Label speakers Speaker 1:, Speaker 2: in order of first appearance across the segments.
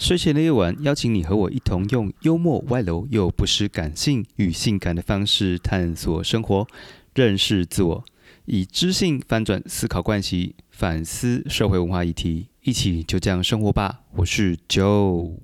Speaker 1: 睡前的夜晚，邀请你和我一同用幽默、外露又不失感性与性感的方式探索生活，认识自我，以知性翻转思考惯习，反思社会文化议题，一起就这样生活吧。我是 Joe。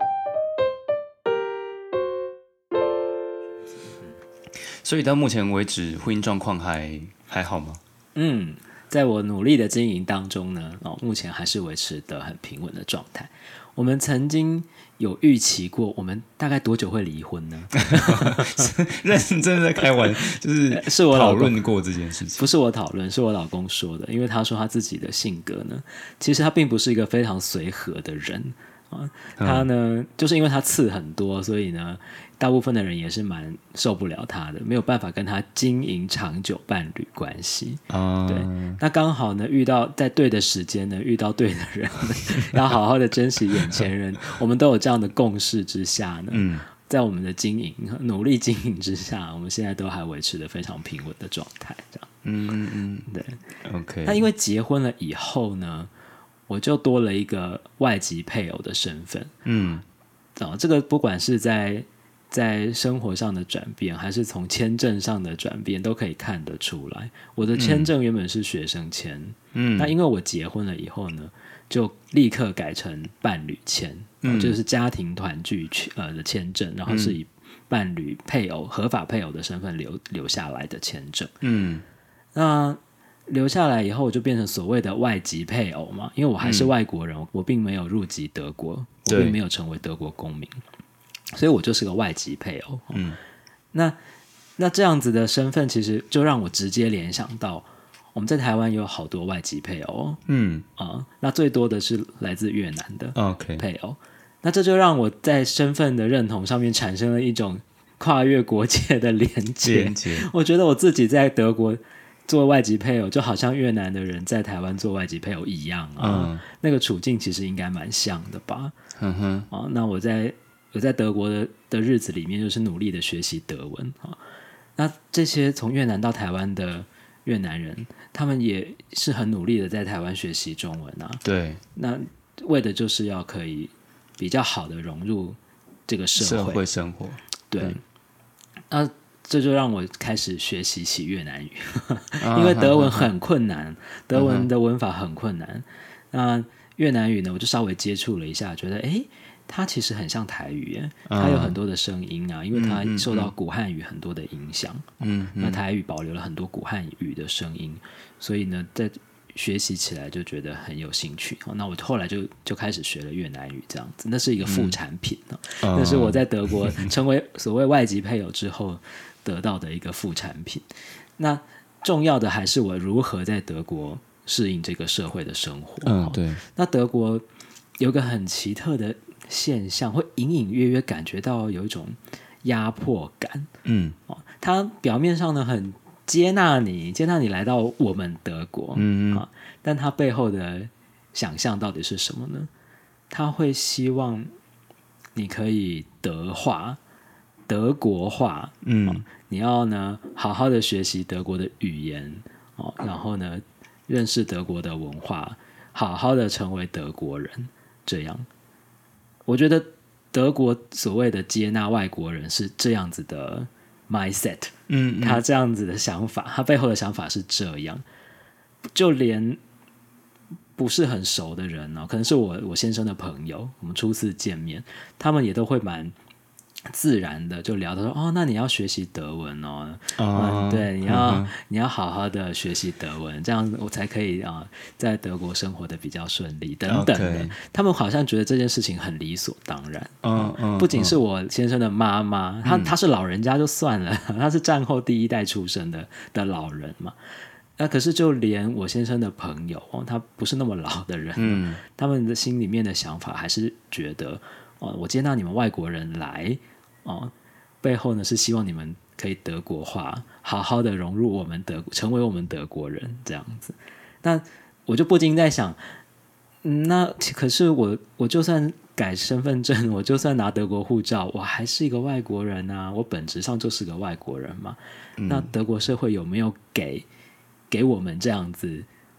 Speaker 1: 所以到目前为止，婚姻状况还好吗？
Speaker 2: 在我努力的经营当中呢，目前还是维持得很平稳的状态。我们曾经有预期过，我们大概多久会离婚呢？
Speaker 1: 认真的开玩，就是我讨论过这件事情。
Speaker 2: 不是我讨论，是我老公说的，因为他说他自己的性格呢，其实他并不是一个非常随和的人。他呢，就是因为他刺很多，所以呢，大部分的人也是蛮受不了他的，没有办法跟他经营长久伴侣关系。对，那刚好呢，遇到在对的时间呢，遇到对的人，要好好的珍惜眼前人。我们都有这样的共识之下呢，在我们的经营努力经营之下，我们现在都还维持得非常平稳的状态。这样，对
Speaker 1: ，OK。
Speaker 2: 那因为结婚了以后呢，我就多了一个外籍配偶的身份。这个不管是在生活上的转变，还是从签证上的转变，都可以看得出来。我的签证原本是学生签，那因为我结婚了以后呢，就立刻改成伴侣签，就是家庭团聚的签证，然后是以伴侣配偶、合法配偶的身份留下来的签证。那留下来以后，我就变成所谓的外籍配偶嘛，因为我还是外国人，我并没有入籍德国，我并没有成为德国公民，所以我就是个外籍配偶。那这样子的身份，其实就让我直接联想到，我们在台湾有好多外籍配偶。那最多的是来自越南的配偶。那这就让我在身份的认同上面产生了一种跨越国界的连结。我觉得我自己在德国做外籍配偶，就好像越南的人在台湾做外籍配偶一样那个处境其实应该蛮像的吧。那我在德国的日子里面，就是努力的学习德文。那这些从越南到台湾的越南人，他们也是很努力的在台湾学习中文
Speaker 1: 对，
Speaker 2: 那为的就是要可以比较好的融入这个社会
Speaker 1: 生活。
Speaker 2: 对，那这就让我开始学习起越南语因为德文很困难，德文的文法很困难。那越南语呢，我就稍微接触了一下，觉得它其实很像台语耶，它有很多的声音因为它受到古汉语很多的影响。那台语保留了很多古汉语的声音，所以呢，在学习起来就觉得很有兴趣。那我后来就开始学了越南语，这样子，那是一个副产品那是我在德国成为所谓外籍配偶之后得到的一个副产品。那重要的还是我如何在德国适应这个社会的生活。
Speaker 1: 对。
Speaker 2: 那德国有个很奇特的现象，会隐隐约约感觉到有一种压迫感。它表面上呢很接纳你来到我们德国，但它背后的想象到底是什么呢？他会希望你可以德国化，你要呢好好的学习德国的语言，然后呢认识德国的文化，好好的成为德国人。这样，我觉得德国所谓的接纳外国人是这样子的 mindset，他这样子的想法，他背后的想法是这样，就连不是很熟的人可能是我先生的朋友，我们初次见面，他们也都会蛮自然的就聊到说那你要学习德文对，你要好好的学习德文，这样我才可以在德国生活的比较顺利等等的。他们好像觉得这件事情很理所当然。不仅是我先生的妈妈，他是老人家就算了，他是战后第一代出生的老人嘛。那可是就连我先生的朋友他不是那么老的人，他们的心里面的想法还是觉得我接纳你们外国人来背后呢是希望你们可以德国化，好好的融入成为我们德国人这样子。那我就不禁在想，那可是我就算改身份证，我就算拿德国护照，我还是一个外国人我本质上就是个外国人嘛。那德国社会有没有给我们这样子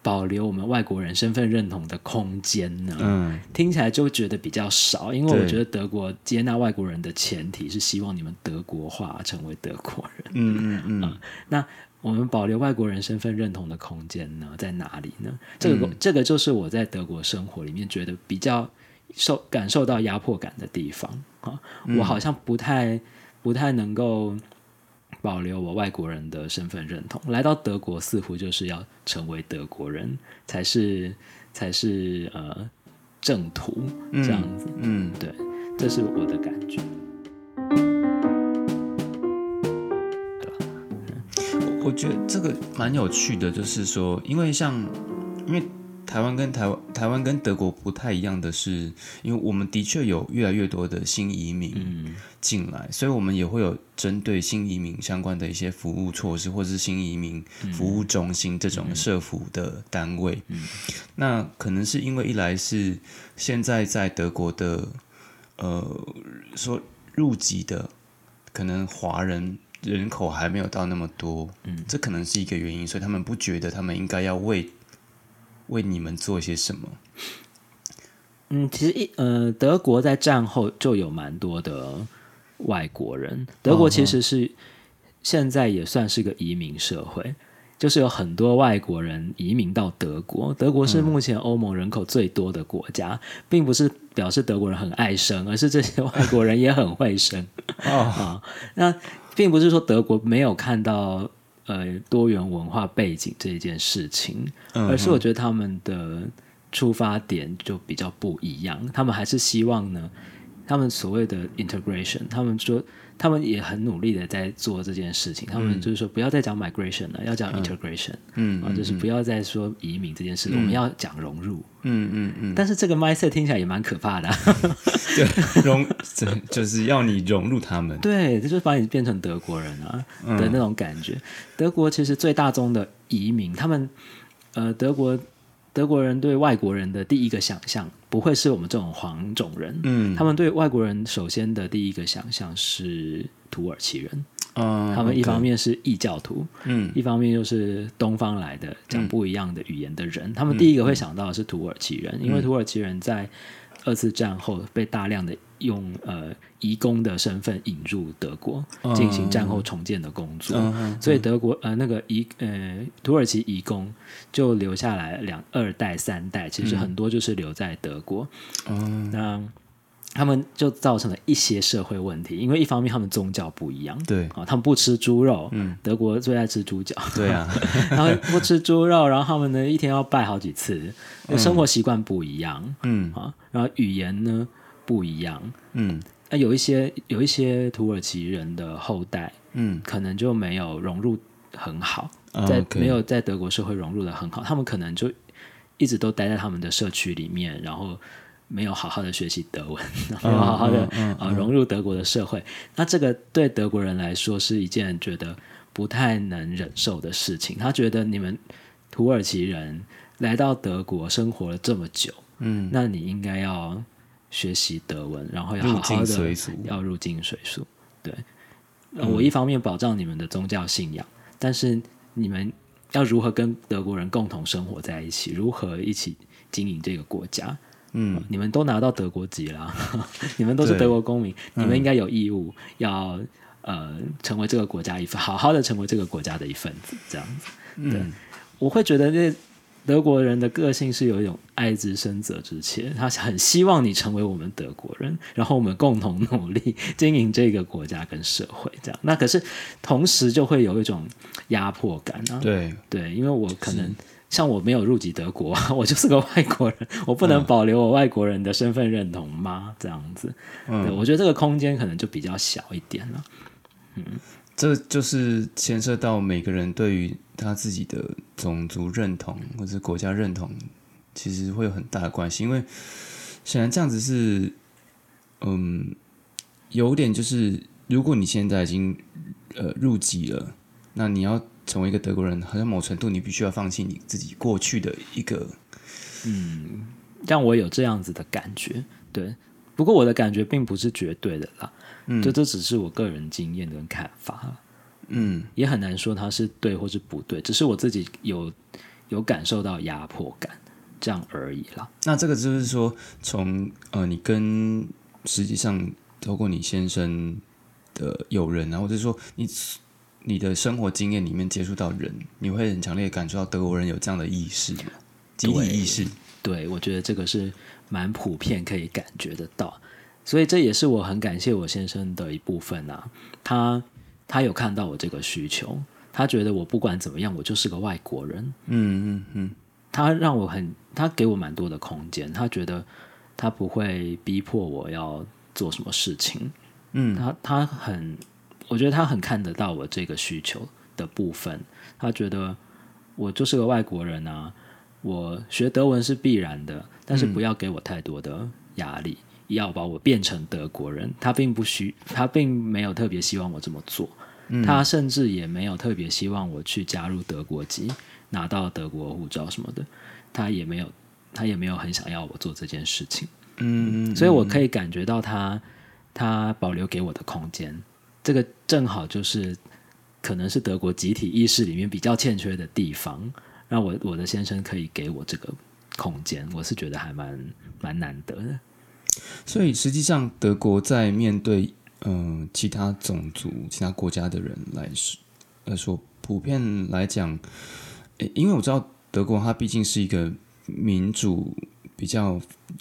Speaker 2: 保留我们外国人身份认同的空间呢？听起来就觉得比较少，因为我觉得德国接纳外国人的前提是希望你们德国化，成为德国人。那我们保留外国人身份认同的空间呢，在哪里呢？这个就是我在德国生活里面觉得比较感受到压迫感的地方啊。我好像不太能够保留我外国人的身份认同，来到德国似乎就是要成为德国人才是正途这样子。对，这是我的感觉。
Speaker 1: 我觉得这个蛮有趣的，就是说，因为台湾跟德国不太一样的是，因为我们的确有越来越多的新移民进来，所以我们也会有针对新移民相关的一些服务措施，或者是新移民服务中心这种社福的单位。那可能是因为一来是现在在德国的说入籍的可能华人人口还没有到那么多，这可能是一个原因，所以他们不觉得他们应该要为你们做一些什么。
Speaker 2: 其实德国在战后就有蛮多的外国人，德国其实是现在也算是个移民社会，就是有很多外国人移民到德国。德国是目前欧盟人口最多的国家，并不是表示德国人很爱生，而是这些外国人也很会生。那并不是说德国没有看到多元文化背景这一件事情，而是我觉得他们的出发点就比较不一样。他们还是希望呢，他们所谓的 integration， 他们说他们也很努力的在做这件事情。他们就是说不要再讲 migration 了，要讲 integration，就是不要再说移民这件事，我们要讲融入。但是这个 mindset 听起来也蛮可怕的。
Speaker 1: 对，就是要你融入他们。
Speaker 2: 对，这就是把你变成德国人啊的那种感觉。德国其实最大宗的移民，他们德国人对外国人的第一个想象不会是我们这种黄种人，他们对外国人首先的第一个想象是土耳其人。他们一方面是异教徒，一方面又是东方来的讲不一样的语言的人，他们第一个会想到的是土耳其人，因为土耳其人在二次战后被大量的用移工的身份引入德国，进行战后重建的工作，所以德国土耳其移工就留下来2代3代，其实很多就是留在德国。那他们就造成了一些社会问题，因为一方面他们宗教不一样，
Speaker 1: 对，
Speaker 2: 他们不吃猪肉，德国最爱吃猪脚，
Speaker 1: 对啊，
Speaker 2: 然后不吃猪肉，然后他们呢一天要拜好几次，生活习惯不一样，然后语言呢不一样，有一些土耳其人的后代，可能就没有融入很好，没有在德国社会融入的很好，他们可能就一直都待在他们的社区里面，然后没有好好的学习德文，没有好好的融入德国的社会。那这个对德国人来说是一件觉得不太能忍受的事情。他觉得你们土耳其人来到德国生活了这么久，那你应该要学习德文，然后要好好的要入境随俗。对，我一方面保障你们的宗教信仰，但是你们要如何跟德国人共同生活在一起，如何一起经营这个国家？你们都拿到德国籍了，你们都是德国公民，你们应该有义务要成为这个国家好好的成为这个国家的一份子，这样子。对，我会觉得这德国人的个性是有一种爱之深责之切，他很希望你成为我们德国人，然后我们共同努力经营这个国家跟社会，这样。那可是同时就会有一种压迫感啊。对，因为我可能像我没有入籍德国，我就是个外国人，我不能保留我外国人的身份认同吗？这样子，对，我觉得这个空间可能就比较小一点了。
Speaker 1: 这就是牵涉到每个人对于他自己的种族认同或者国家认同，其实会有很大的关系。因为显然这样子是，有点就是，如果你现在已经入籍了，那你要成为一个德国人，好像某程度你必须要放弃你自己过去的一个，
Speaker 2: 让我有这样子的感觉，对。不过我的感觉并不是绝对的啦，就这只是我个人经验跟看法，也很难说它是对或是不对，只是我自己有有感受到压迫感，这样而已啦。
Speaker 1: 那这个就是说，从你跟实际上透过你先生的友人啊，或者说你的生活经验里面接触到人，你会很强烈感受到德国人有这样的意识，集体意识。
Speaker 2: 对，我觉得这个是蛮普遍，可以感觉得到。所以这也是我很感谢我先生的一部分啊，他有看到我这个需求，他觉得我不管怎么样，我就是个外国人。他给我蛮多的空间，他觉得他不会逼迫我要做什么事情。我觉得他很看得到我这个需求的部分，他觉得我就是个外国人啊，我学德文是必然的，但是不要给我太多的压力，要把我变成德国人。他并没有特别希望我这么做，他甚至也没有特别希望我去加入德国籍，拿到德国护照什么的，他也没有很想要我做这件事情。所以我可以感觉到他保留给我的空间，这个正好就是可能是德国集体意识里面比较欠缺的地方，让我的先生可以给我这个空间，我是觉得还蛮难得的。
Speaker 1: 所以实际上德国在面对其他种族、其他国家的人来说，普遍来讲，因为我知道德国它毕竟是一个民主比较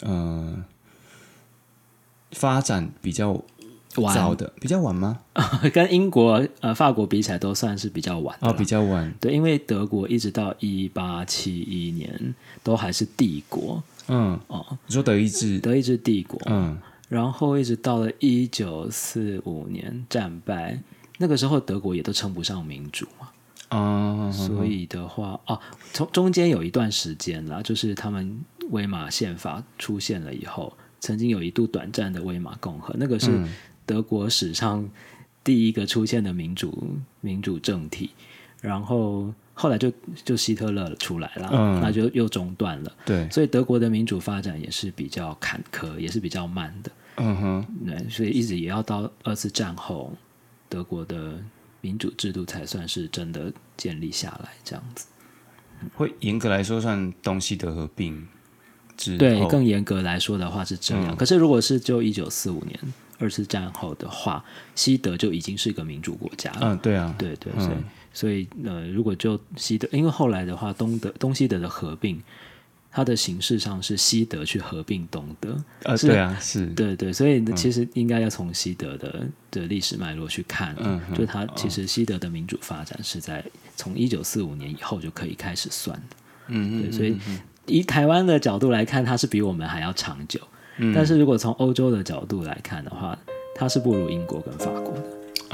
Speaker 1: 发展比较早的，比较晚吗？
Speaker 2: 跟英国、法国比起来，都算是比较晚的。
Speaker 1: 比较晚。
Speaker 2: 对，因为德国一直到1871年都还是帝国。
Speaker 1: 你说德意志
Speaker 2: 帝国。然后一直到了1945年战败，那个时候德国也都称不上民主嘛。所以的话，中间有一段时间啦，就是他们威玛宪法出现了以后，曾经有一度短暂的威玛共和，那个是德国史上第一个出现的民主政体，然后后来就希特勒出来了，那就又中断了。
Speaker 1: 对，
Speaker 2: 所以德国的民主发展也是比较坎坷，也是比较慢的。对，所以一直也要到二次战后，德国的民主制度才算是真的建立下来，这样子。
Speaker 1: 会严格来说算东西德合并之后，
Speaker 2: 对，更严格来说的话是这样。可是如果是就1945年二次战后的话，西德就已经是一个民主国家了。
Speaker 1: 对啊，
Speaker 2: 对，所以如果就西德，因为后来的话，东西德的合并，它的形式上是西德去合并东德。
Speaker 1: 对啊，是，
Speaker 2: 对，所以其实应该要从西德的历史脉络去看，就它其实西德的民主发展是在从1945年以后就可以开始算的。对，所以以台湾的角度来看，它是比我们还要长久。但是如果从欧洲的角度来看的话，它是不如英国跟法国的。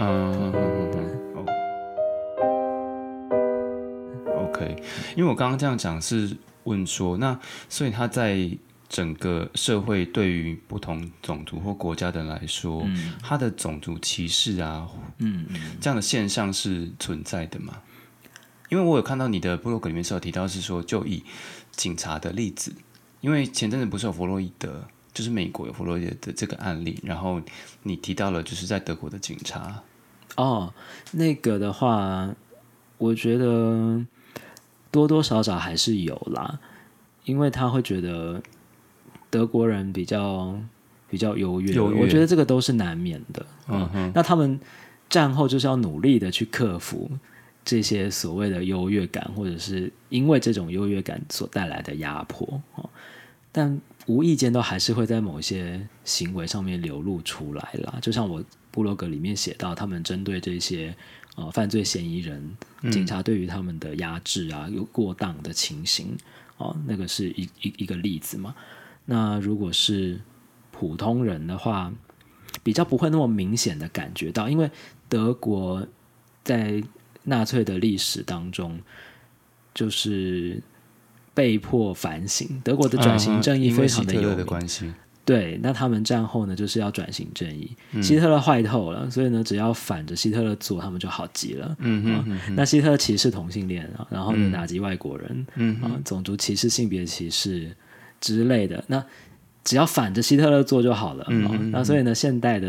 Speaker 1: OK， 因为我刚刚这样讲是问说，那所以他在整个社会对于不同种族或国家的人来说，他的种族歧视啊，这样的现象是存在的吗？因为我有看到你的部落格里面是有提到是说，就以警察的例子，因为前阵子不是有弗洛伊德，就是美国有弗洛伊德的这个案例，然后你提到了就是在德国的警察。
Speaker 2: 那个的话，我觉得多多少少还是有啦，因为他会觉得德国人比较优越，我觉得这个都是难免的。那他们战后就是要努力的去克服这些所谓的优越感，或者是因为这种优越感所带来的压迫，但无意间都还是会在某些行为上面流露出来啦。就像我部落格里面写到，他们针对这些犯罪嫌疑人，警察对于他们的压制啊，有过当的情形，那个是一个例子嘛。那如果是普通人的话，比较不会那么明显的感觉到，因为德国在纳粹的历史当中，就是被迫反省。德国的转型正义非常的有名，
Speaker 1: 因为希特勒的关系。
Speaker 2: 对，那他们战后呢，就是要转型正义。希特勒坏透了，所以呢，只要反着希特勒做，他们就好极了。那希特勒歧视同性恋，然后呢，打击外国人，种族歧视、性别歧视之类的，那只要反着希特勒做就好了。那所以呢，现代的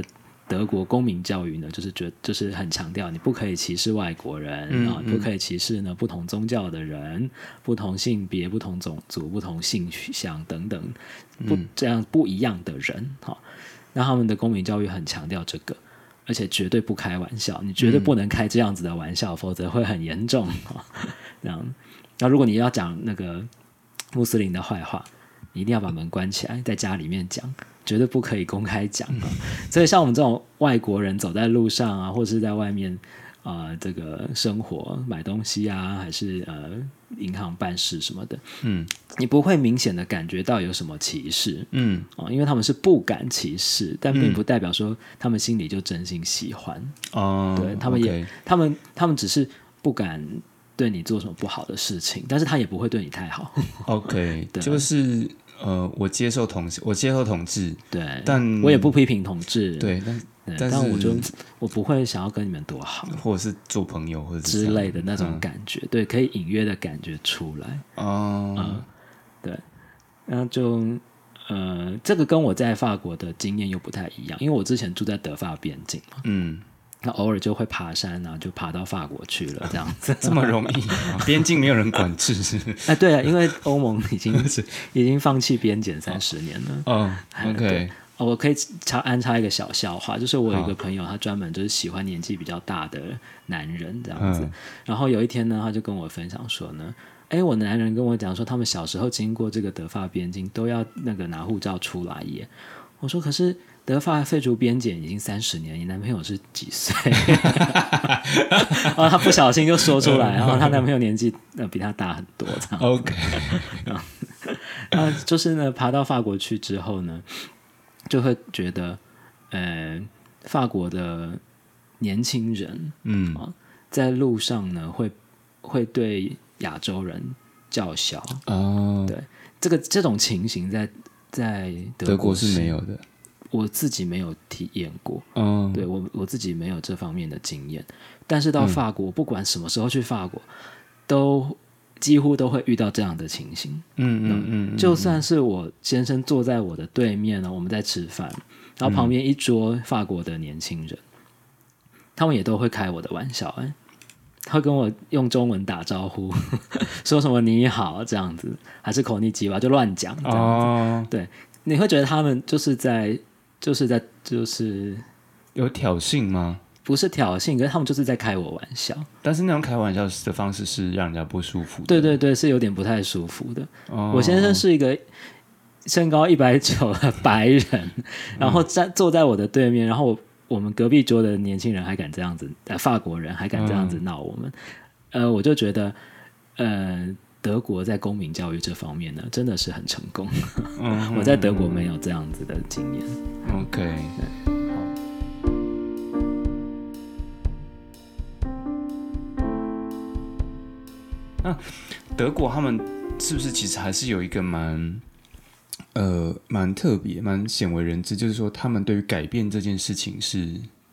Speaker 2: 德国公民教育呢，就是很强调你不可以歧视外国人啊，不可以歧视呢不同宗教的人、不同性别、不同种族、不同性取向等等这样不一样的人哈。那他们的公民教育很强调这个，而且绝对不开玩笑，你绝对不能开这样子的玩笑，否则会很严重哈。这样，那如果你要讲那个穆斯林的坏话，你一定要把门关起来，在家里面讲。绝对不可以公开讲所以像我们这种外国人走在路上啊，或者是在外面这个生活买东西啊，还是银行办事什么的，你不会明显的感觉到有什么歧视，因为他们是不敢歧视，但并不代表说他们心里就真心喜欢，对他们也、okay. 他们只是不敢对你做什么不好的事情，但是他也不会对你太好。
Speaker 1: OK， 就是我接受统治，
Speaker 2: 对，
Speaker 1: 但
Speaker 2: 我也不批评统治，
Speaker 1: 对，但
Speaker 2: 我不会想要跟你们多好，
Speaker 1: 或者是做朋友或者
Speaker 2: 之类的那种感觉，对，可以隐约的感觉出来。对，然后就这个跟我在法国的经验又不太一样，因为我之前住在德法边境嘛，那偶尔就会爬山啊，就爬到法国去了，这样子
Speaker 1: 这么容易边境没有人管制
Speaker 2: 对啊，因为欧盟已经放弃边检30年了。
Speaker 1: OK，
Speaker 2: 我可以安插一个小笑话，就是我有一个朋友，他专门就是喜欢年纪比较大的男人这样子。然后有一天呢，他就跟我分享说呢，我男人跟我讲说，他们小时候经过这个德法边境都要那个拿护照出来耶。我说可是德法废除边检已经30年，你男朋友是几岁？然后他不小心就说出来，然后他男朋友年纪比他大很多。
Speaker 1: OK，
Speaker 2: 就是呢，爬到法国去之后呢，就会觉得，法国的年轻人，在路上呢会对亚洲人叫嚣。对，这种情形在德国
Speaker 1: 是没有的。
Speaker 2: 我自己没有体验过，对，我自己没有这方面的经验，但是到法国，不管什么时候去法国，几乎都会遇到这样的情形。就算是我先生坐在我的对面呢，我们在吃饭，然后旁边一桌法国的年轻人，他们也都会开我的玩笑，他会跟我用中文打招呼，说什么你好这样子，还是口尼基吧，就乱讲这样子。对，你会觉得他们就是
Speaker 1: 有挑衅吗？
Speaker 2: 不是挑衅，可是他们就是在开我玩笑。
Speaker 1: 但是那种开玩笑的方式是让人家不舒服的。
Speaker 2: 对对对，是有点不太舒服的。我先生是一个身高190的白人，然后坐在我的对面，然后我们隔壁桌的年轻人还敢这样子，法国人还敢这样子闹我们。我就觉得，德国在公民教育这方面呢，真的是很成功。我在德国没有这样子的经验。
Speaker 1: OK。那德国他们是不是其实还是有一个蛮特别、蛮鲜为人知，就是说他们对于改变这件事情是，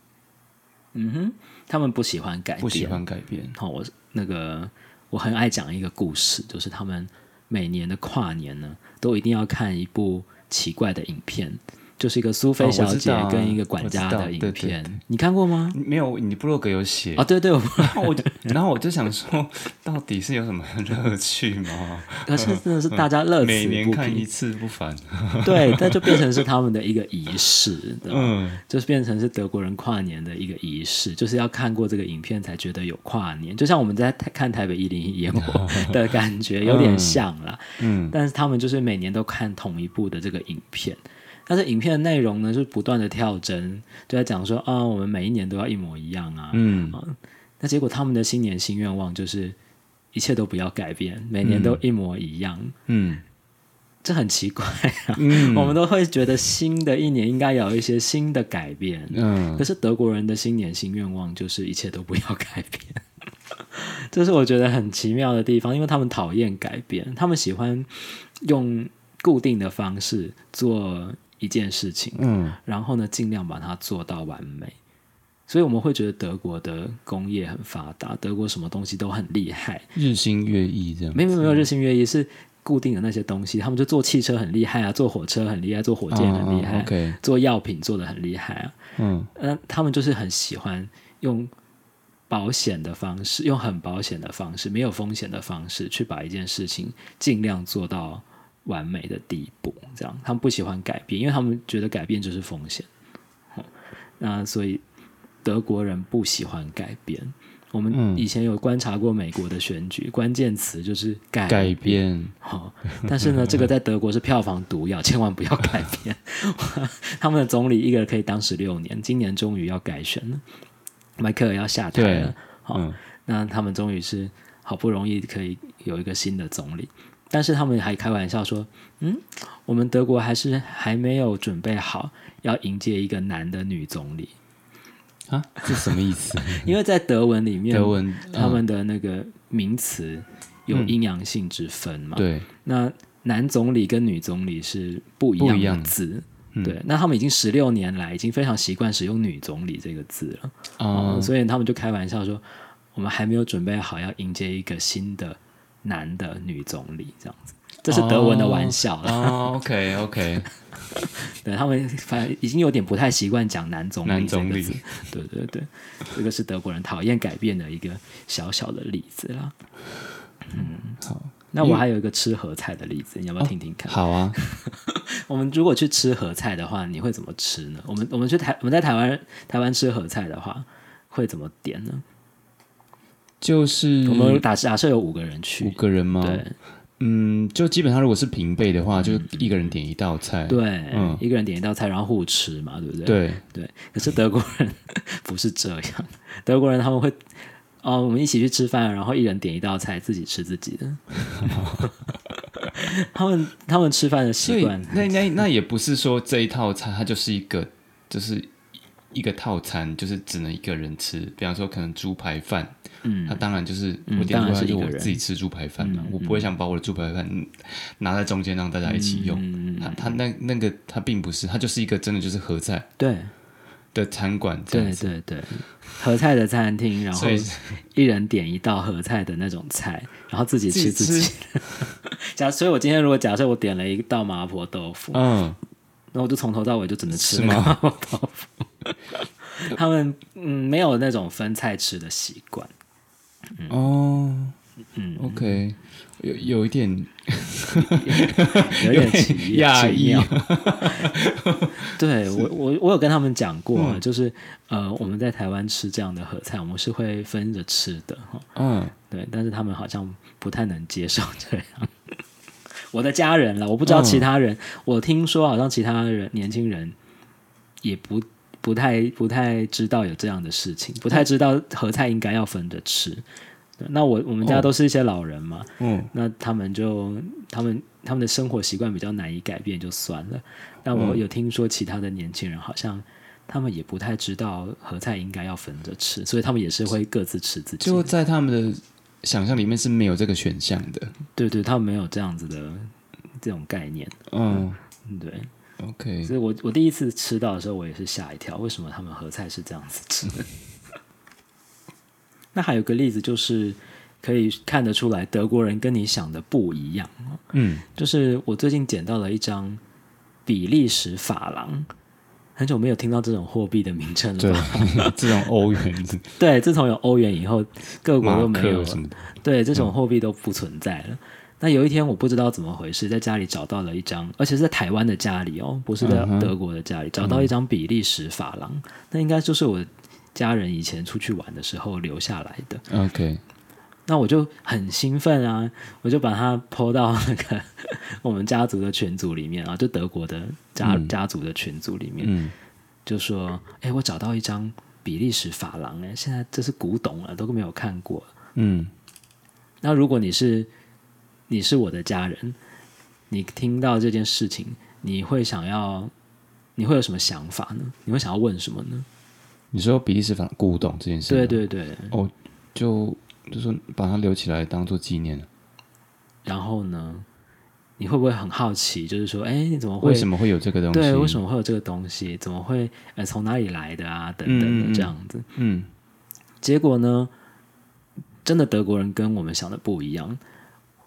Speaker 2: 他们不喜欢改变。我很爱讲一个故事，就是他们每年的跨年呢，都一定要看一部奇怪的影片。就是一个苏菲小姐跟一个管家的影片，对，你看过吗？
Speaker 1: 没有，你部落格有写
Speaker 2: 对对，
Speaker 1: 然后我就想说，到底是有什么乐趣吗？
Speaker 2: 可是真的是大家乐此不疲，
Speaker 1: 每年看一次不烦。
Speaker 2: 对，但就变成是他们的一个仪式，就是变成是德国人跨年的一个仪式，就是要看过这个影片才觉得有跨年，就像我们在看台北101烟火的感觉，有点像啦。但是他们就是每年都看同一部的这个影片。但是影片的内容呢，就不断的跳帧，就在讲说我们每一年都要一模一样啊。那结果他们的新年新愿望就是一切都不要改变，每年都一模一样。这很奇怪啊。我们都会觉得新的一年应该有一些新的改变。可是德国人的新年新愿望就是一切都不要改变。这是我觉得很奇妙的地方，因为他们讨厌改变，他们喜欢用固定的方式做一件事情，然后呢，尽量把它做到完美。所以我们会觉得德国的工业很发达，德国什么东西都很厉害，
Speaker 1: 日新月异这样。
Speaker 2: 没有日新月异，是固定的那些东西，他们就做汽车很厉害啊，做火车很厉害，做火箭很厉害，做药品做得很厉害啊。他们就是很喜欢用保险的方式，用很保险的方式，没有风险的方式去把一件事情尽量做到完美的地步，这样他们不喜欢改变，因为他们觉得改变就是风险。那所以德国人不喜欢改变。我们以前有观察过美国的选举，关键词就是改变。但是呢，这个在德国是票房毒药，千万不要改变。他们的总理一个人可以当16年，今年终于要改选了，迈克尔要下台了。那他们终于是好不容易可以有一个新的总理，但是他们还开玩笑说，我们德国还没有准备好要迎接一个男的女总理。
Speaker 1: 啊，这什么意思？
Speaker 2: 因为在德文里面，他们的那个名词有阴阳性之分嘛。对，那男总理跟女总理是不一样的字。对，那他们已经16年来已经非常习惯使用女总理这个字了。所以他们就开玩笑说，我们还没有准备好要迎接一个新的男的女总理这样子。这是德文的玩笑了。
Speaker 1: OK
Speaker 2: 对，他们反正已经有点不太习惯讲男总理这个字。对，这个是德国人讨厌改变的一个小小的例子啦。好，那我还有一个吃合菜的例子，你要不要听听看？
Speaker 1: 好啊。
Speaker 2: 我们如果去吃合菜的话，你会怎么吃呢？我们在台湾吃合菜的话，会怎么点呢？
Speaker 1: 就是
Speaker 2: 我们假设有5个人去
Speaker 1: ，5个人吗？对。就基本上如果是平辈的话，就一个人点一道菜。
Speaker 2: 对，一个人点一道菜，然后互吃嘛，对不对？对。可是德国人不是这样，德国人他们会我们一起去吃饭，然后一人点一道菜，自己吃自己的。他们吃饭的习惯，
Speaker 1: 那也不是说这一套菜它就是一个套餐，就是只能一个人吃。比方说可能猪排饭。那当然就是我点过来就我自己吃猪排饭嘛，我不会想把我的猪排饭拿在中间让大家一起用。他那个他并不是，他就是一个真的就是合菜的餐馆这样子。对，
Speaker 2: 合菜的餐厅，然后一人点一道合菜的那种菜，然后自己吃自己。所以我今天如果假设我点了一道麻婆豆腐，那我就从头到尾就只能吃麻婆豆腐。他们没有那种分菜吃的习惯。
Speaker 1: OK， 有一点
Speaker 2: 讶异。对，我有跟他们讲过，就是我们在台湾吃这样的合菜，我们是会分着吃的。对，但是他们好像不太能接受这样。我的家人啦，我不知道其他人，我听说好像其他人年轻人也不太知道有这样的事情，不太知道合菜应该要分着吃。那我们家都是一些老人嘛，那他们的生活习惯比较难以改变就算了。但我有听说其他的年轻人好像他们也不太知道合菜应该要分着吃，所以他们也是会各自吃自己。
Speaker 1: 就在他们的想象里面是没有这个选项的。
Speaker 2: 对，他们没有这样子的这种概念。对。
Speaker 1: OK，
Speaker 2: 所以我第一次吃到的时候，我也是吓一跳，为什么他们合菜是这样子吃的？那还有个例子，就是可以看得出来德国人跟你想的不一样。就是我最近捡到了一张比利时法郎，很久没有听到这种货币的名称了吧？
Speaker 1: 对，这种欧元。
Speaker 2: 对，自从有欧元以后，各国都没有了。对，这种货币都不存在了。那有一天我不知道怎么回事，在家里找到了一张，而且是在台湾的家里不是在德国的家里，找到一张比利时法郎。那应该就是我家人以前出去玩的时候留下来的。
Speaker 1: OK，
Speaker 2: 那我就很兴奋啊，我就把它 po 到那个我们家族的群组里面啊，就德国的家族的群组里面，就说我找到一张比利时法郎，现在这是古董了，都没有看过。那如果你是我的家人，你听到这件事情，你会有什么想法呢？你会想要问什么呢？
Speaker 1: 你说比利时法古董这件事？
Speaker 2: 对。
Speaker 1: 就是把它留起来当做纪念。
Speaker 2: 然后呢，你会不会很好奇？就是说，你怎么会？
Speaker 1: 为什么会有这个东西？
Speaker 2: 对，为什么会有这个东西？怎么会？从哪里来的啊？等等的这样子。结果呢，真的德国人跟我们想的不一样。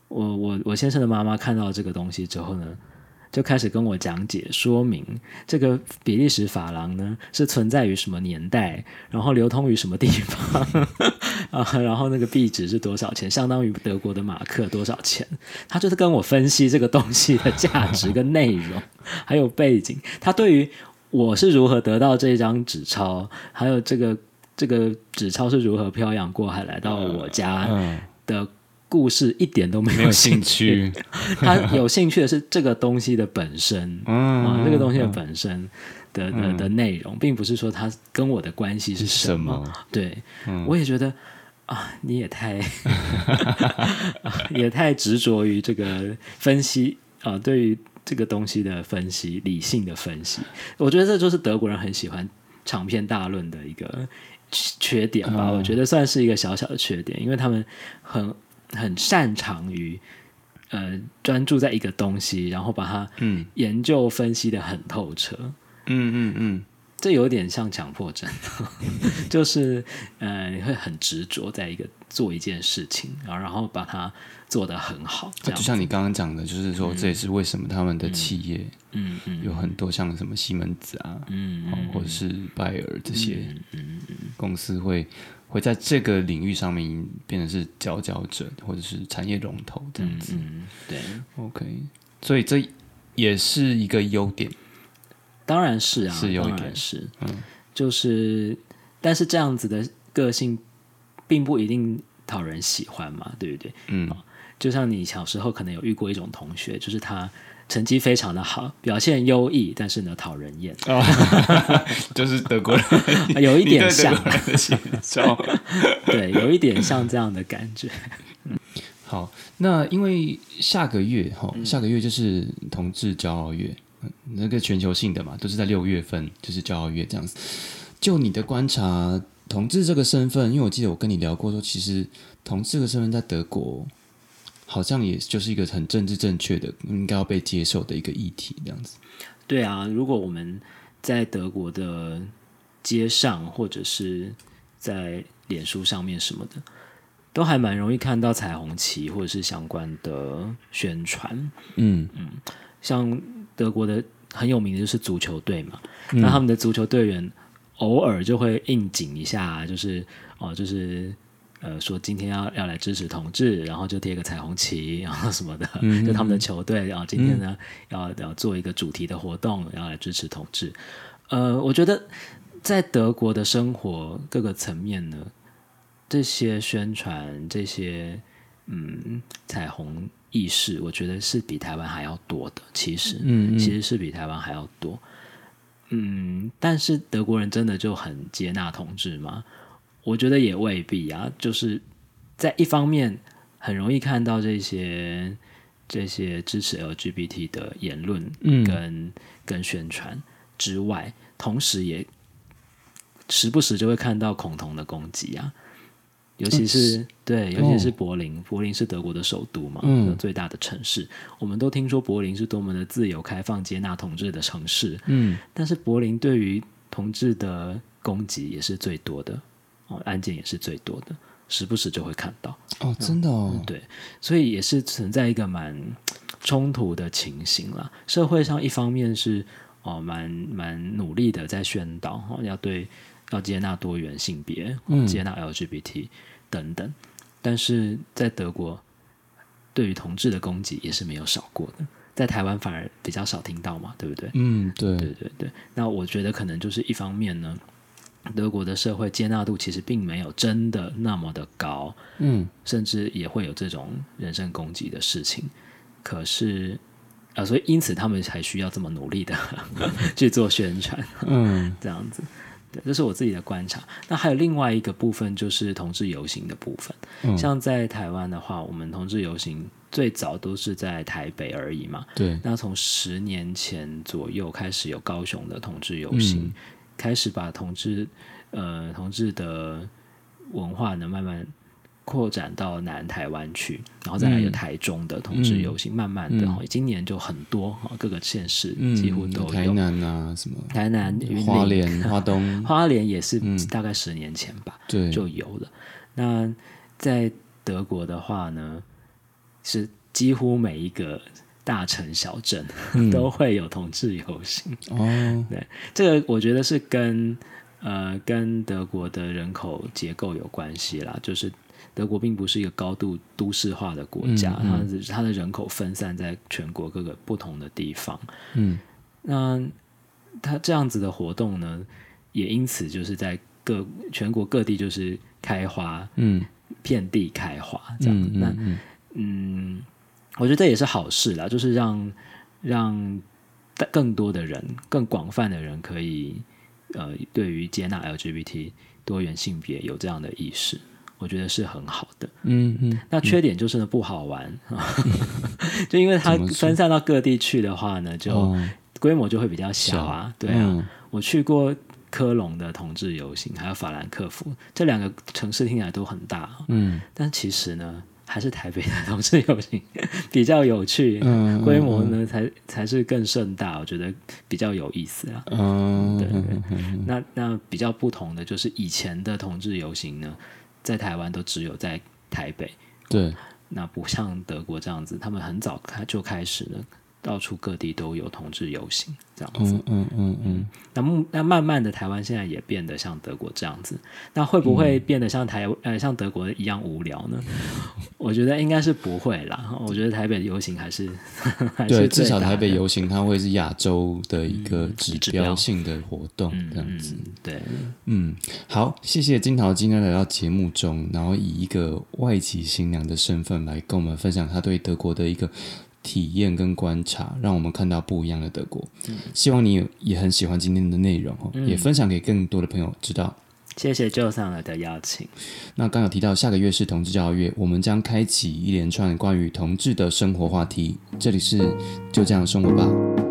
Speaker 2: 我先生的妈妈看到这个东西之后呢，就开始跟我讲解说明这个比利时法郎呢是存在于什么年代，然后流通于什么地方然后那个币值是多少钱，相当于德国的马克多少钱。他就是跟我分析这个东西的价值跟内容还有背景，他对于我是如何得到这张纸钞，还有这个纸钞是如何漂洋过海来到我家的故事一点都没有兴趣。他有兴趣的是这个东西的本身，这个东西的本身的内容，并不是说他跟我的关系是什么。对，我也觉得你也太也太执着于这个分析对于这个东西的分析，理性的分析。我觉得这就是德国人很喜欢长篇大论的一个缺点吧。我觉得算是一个小小的缺点，因为他们很擅长于专注在一个东西，然后把它研究分析的很透彻。这有点像强迫症就是你会很执着在做一件事情，然后把它做得很好。就
Speaker 1: 像你刚刚讲的，就是说这也是为什么他们的企业有很多像什么西门子啊，或者是拜耳这些公司会在这个领域上面变成是佼佼者，或者是产业龙头这样子。
Speaker 2: 对
Speaker 1: ，OK， 所以这也是一个优点。
Speaker 2: 当然是啊，
Speaker 1: 是有一点，
Speaker 2: 当然是，就是，但是这样子的个性并不一定讨人喜欢嘛，对不对？就像你小时候可能有遇过一种同学，就是他成绩非常的好，表现优异，但是呢讨人厌，
Speaker 1: 就是德国人，
Speaker 2: 有一点像，
Speaker 1: 对，
Speaker 2: 有一点像这样的感觉。
Speaker 1: 好，那因为下个月就是同志骄傲月。那个全球性的嘛，都是在6月份，就是骄傲月这样子。就你的观察，同志这个身份，因为我记得我跟你聊过说，其实同志这个身份在德国好像也就是一个很政治正确的，应该要被接受的一个议题这样子。
Speaker 2: 对啊，如果我们在德国的街上或者是在脸书上面什么的，都还蛮容易看到彩虹旗或者是相关的宣传。像德国的很有名的就是足球队嘛，那他们的足球队员偶尔就会应景一下，就是说今天要来支持同志，然后就贴个彩虹旗，然后什么的，就他们的球队，然后今天呢要做一个主题的活动，要来支持同志。我觉得在德国的生活各个层面呢，这些宣传，这些彩虹意识，我觉得是比台湾还要多的。其实是比台湾还要多。但是德国人真的就很接纳同志吗？我觉得也未必啊。就是在一方面很容易看到这些支持 LGBT 的言论跟宣传之外，同时也时不时就会看到恐同的攻击啊。尤其是柏林，柏林是德国的首都嘛，最大的城市。我们都听说柏林是多么的自由、开放、接纳同志的城市，但是柏林对于同志的攻击也是最多的，案件也是最多的，时不时就会看到。
Speaker 1: 真的哦，
Speaker 2: 对，所以也是存在一个蛮冲突的情形啦。社会上一方面是蛮努力的在宣导，要接纳多元性别，接纳 LGBT 等等，但是在德国对于同志的攻击也是没有少过的，在台湾反而比较少听到嘛，对不对？对。那我觉得可能就是一方面呢，德国的社会接纳度其实并没有真的那么的高，甚至也会有这种人身攻击的事情，可是所以因此他们才需要这么努力的去做宣传，这样子。对，这是我自己的观察。那还有另外一个部分就是同志游行的部分，像在台湾的话，我们同志游行最早都是在台北而已嘛。
Speaker 1: 对。
Speaker 2: 那从10年前左右开始有高雄的同志游行，开始把同志的文化呢慢慢扩展到南台湾去，然后再来有台中的同志游行，慢慢的，今年就很多各个县市几乎都有，
Speaker 1: 台南啊什么，
Speaker 2: 台南、云林、
Speaker 1: 花莲、花东，
Speaker 2: 花莲也是大概10年前吧，就有了。那在德国的话呢，是几乎每一个大城小镇都会有同志游行。对，这个我觉得是跟德国的人口结构有关系啦，就是德国并不是一个高度都市化的国家，它的人口分散在全国各个不同的地方。那它这样子的活动呢，也因此就是在全国各地就是开花，遍地开花这样子。我觉得这也是好事啦，就是让更多的人、更广泛的人可以对于接纳 LGBT 多元性别有这样的意识，我觉得是很好的。那缺点就是呢不好玩，就因为它分散到各地去的话呢，就规模就会比较小啊。对啊，我去过科隆的同志游行，还有法兰克福，这2个城市听起来都很大，但其实呢，还是台北的同志游行比较有趣，规模呢才是更盛大，我觉得比较有意思啊。对，那比较不同的就是以前的同志游行呢，在台湾都只有在台北，
Speaker 1: 对，
Speaker 2: 那不像德国这样子，他们很早就开始了。到处各地都有同志游行，这样子。那慢慢的，台湾现在也变得像德国这样子。那会不会变得像像德国一样无聊呢？我觉得应该是不会啦。我觉得台北的游行还是
Speaker 1: 对，至少台北游行它会是亚洲的一个指标性的活动，这样子。
Speaker 2: 对，
Speaker 1: 好，谢谢金桃今天来到节目中，然后以一个外籍新娘的身份来跟我们分享她对德国的一个体验跟观察，让我们看到不一样的德国。希望你也很喜欢今天的内容，也分享给更多的朋友知道。
Speaker 2: 谢谢 Joe 上来的邀请。
Speaker 1: 那刚有提到下个月是同志教育月，我们将开启一连串关于同志的生活话题。这里是就这样生活吧。